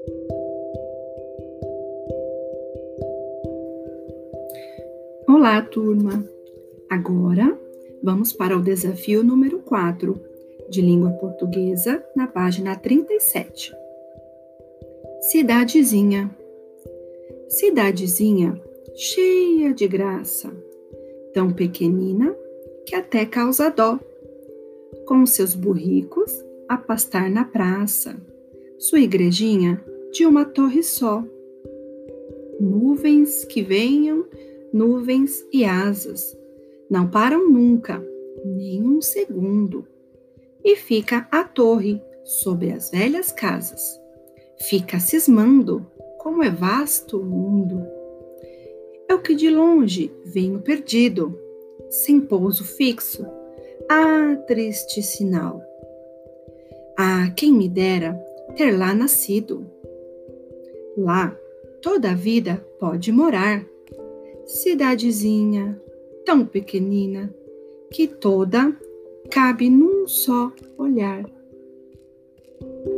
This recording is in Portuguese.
Olá, turma! Agora vamos para o desafio número 4 de língua portuguesa, na página 37. Cidadezinha. Cidadezinha cheia de graça, tão pequenina que até causa dó, com seus burricos a pastar na praça, sua igrejinha de uma torre só. Nuvens que venham, nuvens e asas, não param nunca, nem um segundo. E fica a torre sobre as velhas casas, fica cismando como é vasto o mundo. É o que de longe venho perdido, sem pouso fixo. Ah, triste sinal! Ah, quem me dera ter lá nascido. Lá toda a vida pode morar. Cidadezinha tão pequenina que toda cabe num só olhar.